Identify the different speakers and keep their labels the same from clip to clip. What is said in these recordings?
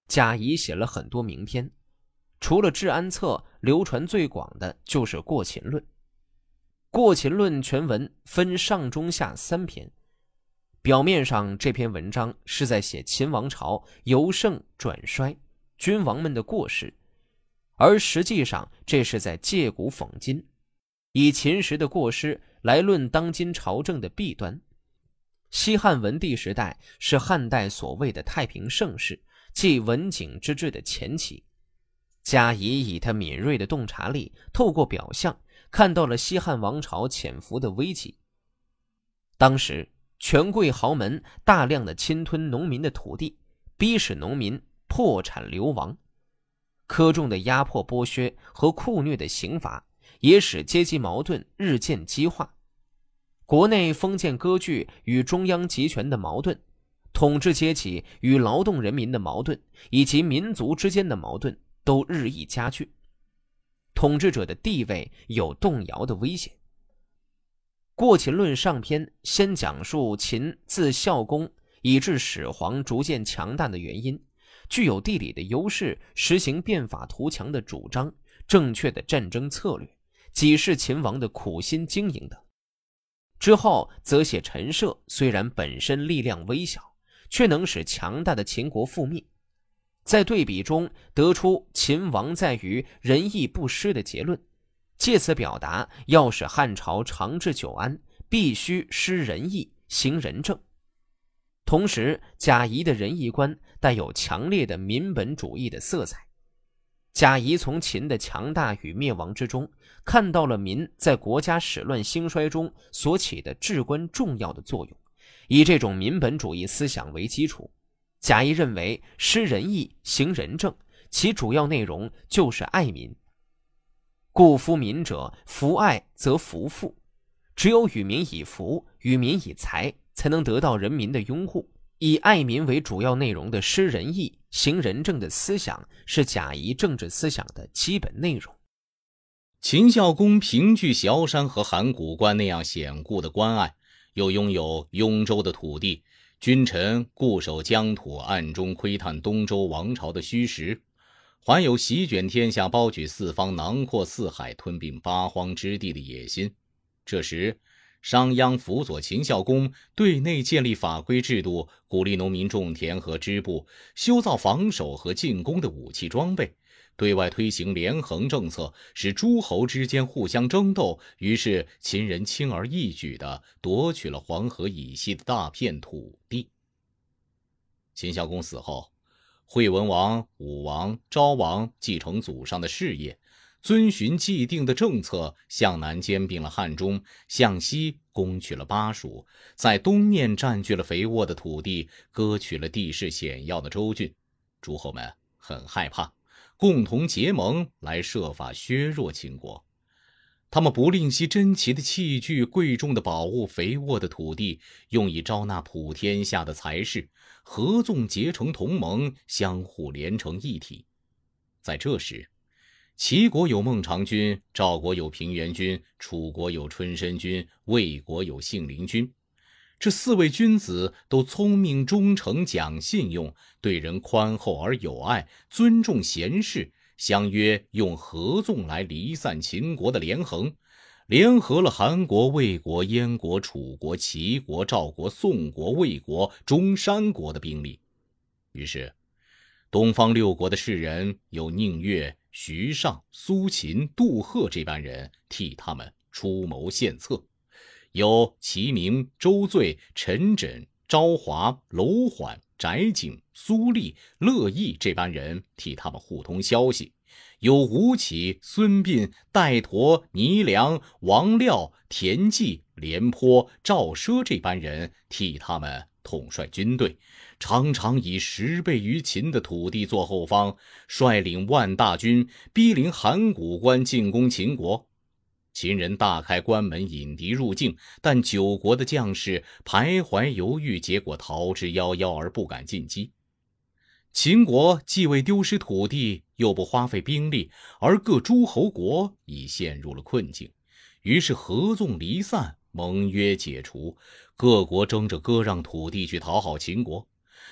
Speaker 1: 贾谊写了很多名篇，除了《治安策》，流传最广的就是《过秦论》。《过秦论》全文分上中下3篇，表面上这篇文章是在写秦王朝由盛转衰，君王们的过失，而实际上这是在借古讽今，以秦时的过失来论当今朝政的弊端。西汉文帝时代是汉代所谓的太平盛世，即文景之治的前期。贾谊以他敏锐的洞察力，透过表象看到了西汉王朝潜伏的危机。当时权贵豪门大量的侵吞农民的土地，逼使农民破产流亡，苛重的压迫剥削和酷虐的刑罚也使阶级矛盾日渐激化。国内封建割据与中央集权的矛盾，统治阶级与劳动人民的矛盾，以及民族之间的矛盾都日益加剧，统治者的地位有动摇的危险。《过秦论》上篇先讲述秦自孝公以至始皇逐渐强大的原因，具有地理的优势，实行变法图强的主张，正确的战争策略，几世秦王的苦心经营等。之后则写陈涉虽然本身力量微小，却能使强大的秦国覆灭，在对比中得出秦王在于仁义不施的结论，借此表达要使汉朝长治久安，必须施仁义，行仁政。同时贾谊的仁义观带有强烈的民本主义的色彩。贾谊从秦的强大与灭亡之中，看到了民在国家始乱兴衰中所起的至关重要的作用，以这种民本主义思想为基础，贾谊认为施仁义，行仁政，其主要内容就是爱民。故夫民者，弗爱则弗富，只有与民以福，与民以财，才能得到人民的拥护。以爱民为主要内容的施仁义、行仁政的思想，是贾谊政治思想的基本内容。
Speaker 2: 秦孝公凭据崤山和函谷关那样显固的关隘，又拥有雍州的土地，君臣固守疆土，暗中窥探东周王朝的虚实，怀有席卷天下、包举四方、囊括四海、吞并八荒之地的野心。这时商鞅辅佐秦孝公，对内建立法规制度，鼓励农民种田和织布，修造防守和进攻的武器装备，对外推行连横政策，使诸侯之间互相争斗，于是秦人轻而易举地夺取了黄河以西的大片土地。秦孝公死后，惠文王、武王、昭王继承祖上的事业，遵循既定的政策，向南兼并了汉中，向西攻取了巴蜀，在东面占据了肥沃的土地，割取了地势险要的州郡。诸侯们很害怕，共同结盟来设法削弱秦国。他们不吝惜珍奇的器具、贵重的宝物、肥沃的土地，用以招纳普天下的才士，合纵结成同盟，相互连成一体。在这时，齐国有孟尝君，赵国有平原君，楚国有春申君，魏国有信陵君。这4位君子都聪明忠诚，讲信用，对人宽厚而有爱，尊重贤士，相约用合纵来离散秦国的连横，联合了韩国、魏国、燕国、楚国、齐国、赵国、宋国、魏国、中山国的兵力。于是东方6国的士人有宁越、徐尚、苏秦、杜赫这般人替他们出谋献策，有齐明、周醉、陈轸、昭华、楼缓、翟景、苏厉、乐毅这般人替他们互通消息，有吴起、孙膑、戴佗、倪良、王廖、田忌、廉颇、赵奢这般人替他们统帅军队，常常以10倍于秦的土地做后方，率领万大军逼临函谷关进攻秦国。秦人大开关门引敌入境，但9国的将士徘徊犹豫，结果逃之夭夭而不敢进击。秦国既未丢失土地，又不花费兵力，而各诸侯国已陷入了困境，于是合纵离散，盟约解除，各国争着割让土地去讨好秦国。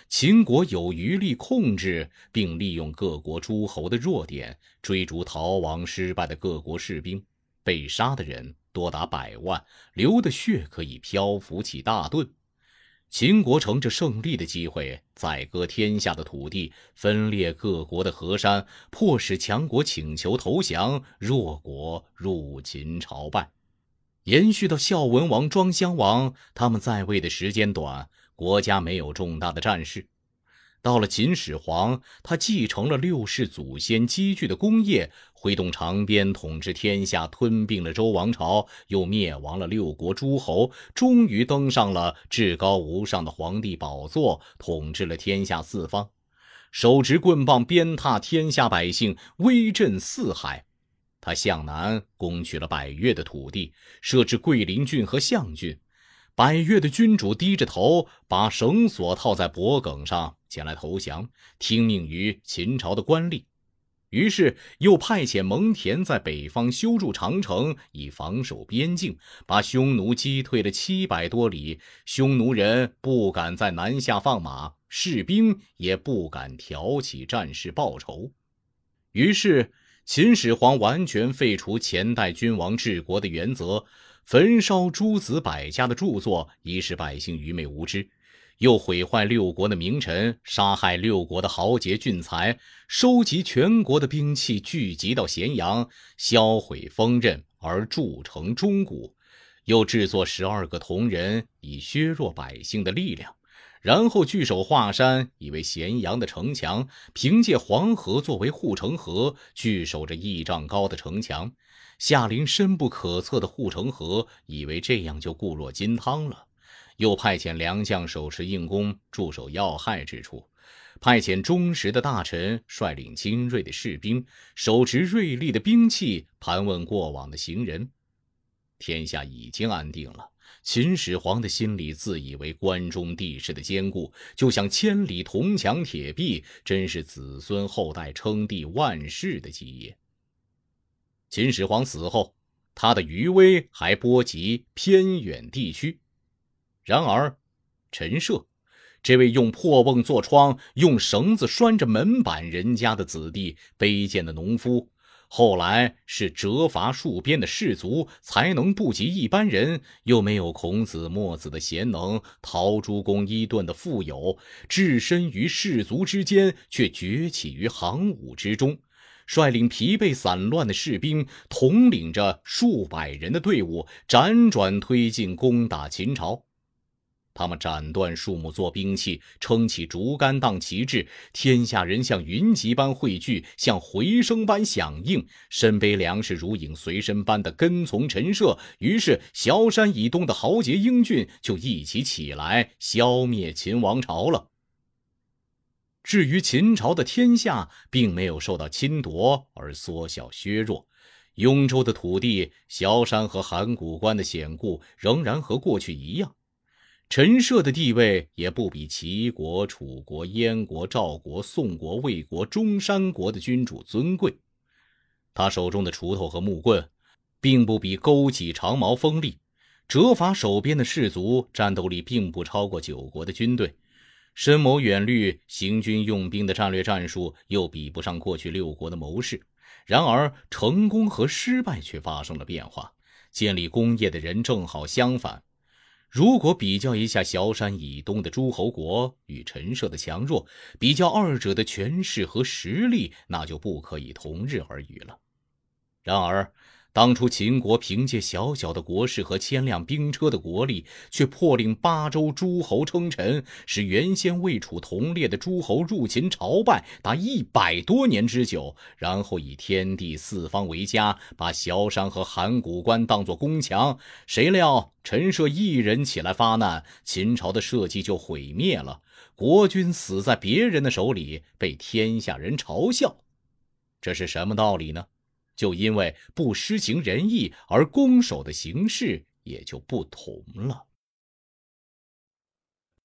Speaker 2: 秦国有余力控制，并利用各国诸侯的弱点，追逐逃亡失败的各国士兵，被杀的人多达100万，流的血可以漂浮起大盾。秦国乘着胜利的机会，宰割天下的土地，分裂各国的河山，迫使强国请求投降，弱国入秦朝拜。延续到孝文王、庄襄王，他们在位的时间短，国家没有重大的战事。到了秦始皇，他继承了6世祖先积聚的功业，挥动长鞭统治天下，吞并了周王朝，又灭亡了6国诸侯，终于登上了至高无上的皇帝宝座，统治了天下四方，手执棍棒，鞭挞天下百姓，威震四海。他向南攻取了百越的土地，设置桂林郡和象郡。百越的君主低着头，把绳索套在脖颈上，前来投降，听命于秦朝的官吏。于是又派遣蒙恬在北方修筑长城，以防守边境，把匈奴击退了700多里。匈奴人不敢在南下放马，士兵也不敢挑起战事报仇。于是秦始皇完全废除前代君王治国的原则，焚烧诸子百家的著作，以使百姓愚昧无知，又毁坏6国的名臣，杀害6国的豪杰俊才，收集全国的兵器聚集到咸阳，销毁锋刃而铸成钟鼓，又制作12个铜人，以削弱百姓的力量。然后据守华山，以为咸阳的城墙，凭借黄河作为护城河，据守着1丈高的城墙，下临深不可测的护城河，以为这样就固若金汤了。又派遣良将手持硬弓，驻守要害之处，派遣忠实的大臣率领精锐的士兵，手持锐利的兵器，盘问过往的行人。天下已经安定了，秦始皇的心里自以为关中地势的坚固，就像千里铜墙铁壁，真是子孙后代称帝万世的基业。秦始皇死后，他的余威还波及偏远地区。然而陈涉这位用破瓮做窗，用绳子拴着门板人家的子弟，卑贱的农夫，后来是折伐戍边的士卒，才能不及一般人，又没有孔子墨子的贤能，陶朱公伊顿的富有，置身于士卒之间，却崛起于行伍之中，率领疲惫散乱的士兵，统领着数百人的队伍，辗转推进攻打秦朝。他们斩断树木做兵器，撑起竹竿当旗帜，天下人像云集般汇聚，像回声般响应，身背粮食如影随身般的跟从陈涉。于是崤山以东的豪杰英俊就一起起来，消灭秦王朝了。至于秦朝的天下，并没有受到侵夺而缩小削弱，雍州的土地、崤山和函谷关的险固仍然和过去一样。陈涉的地位也不比齐国、楚国、燕国、赵国、宋国、魏国、中山国的君主尊贵。他手中的锄头和木棍，并不比勾戟长矛锋利，折伐守边的士卒，战斗力并不超过9国的军队。深谋远虑、行军用兵的战略战术，又比不上过去6国的谋士。然而成功和失败却发生了变化，建立功业的人正好相反。如果比较一下崤山以东的诸侯国与陈涉的强弱，比较二者的权势和实力，那就不可以同日而语了。然而当初秦国凭借小小的国势和千辆兵车的国力，却迫令8州诸侯称臣，使原先魏楚同列的诸侯入秦朝拜达100多年之久，然后以天地四方为家，把崤山和函谷关当作宫墙。谁料陈涉一人起来发难，秦朝的社稷就毁灭了，国君死在别人的手里，被天下人嘲笑。这是什么道理呢？就因为不施行仁义，而攻守的形式也就不同了。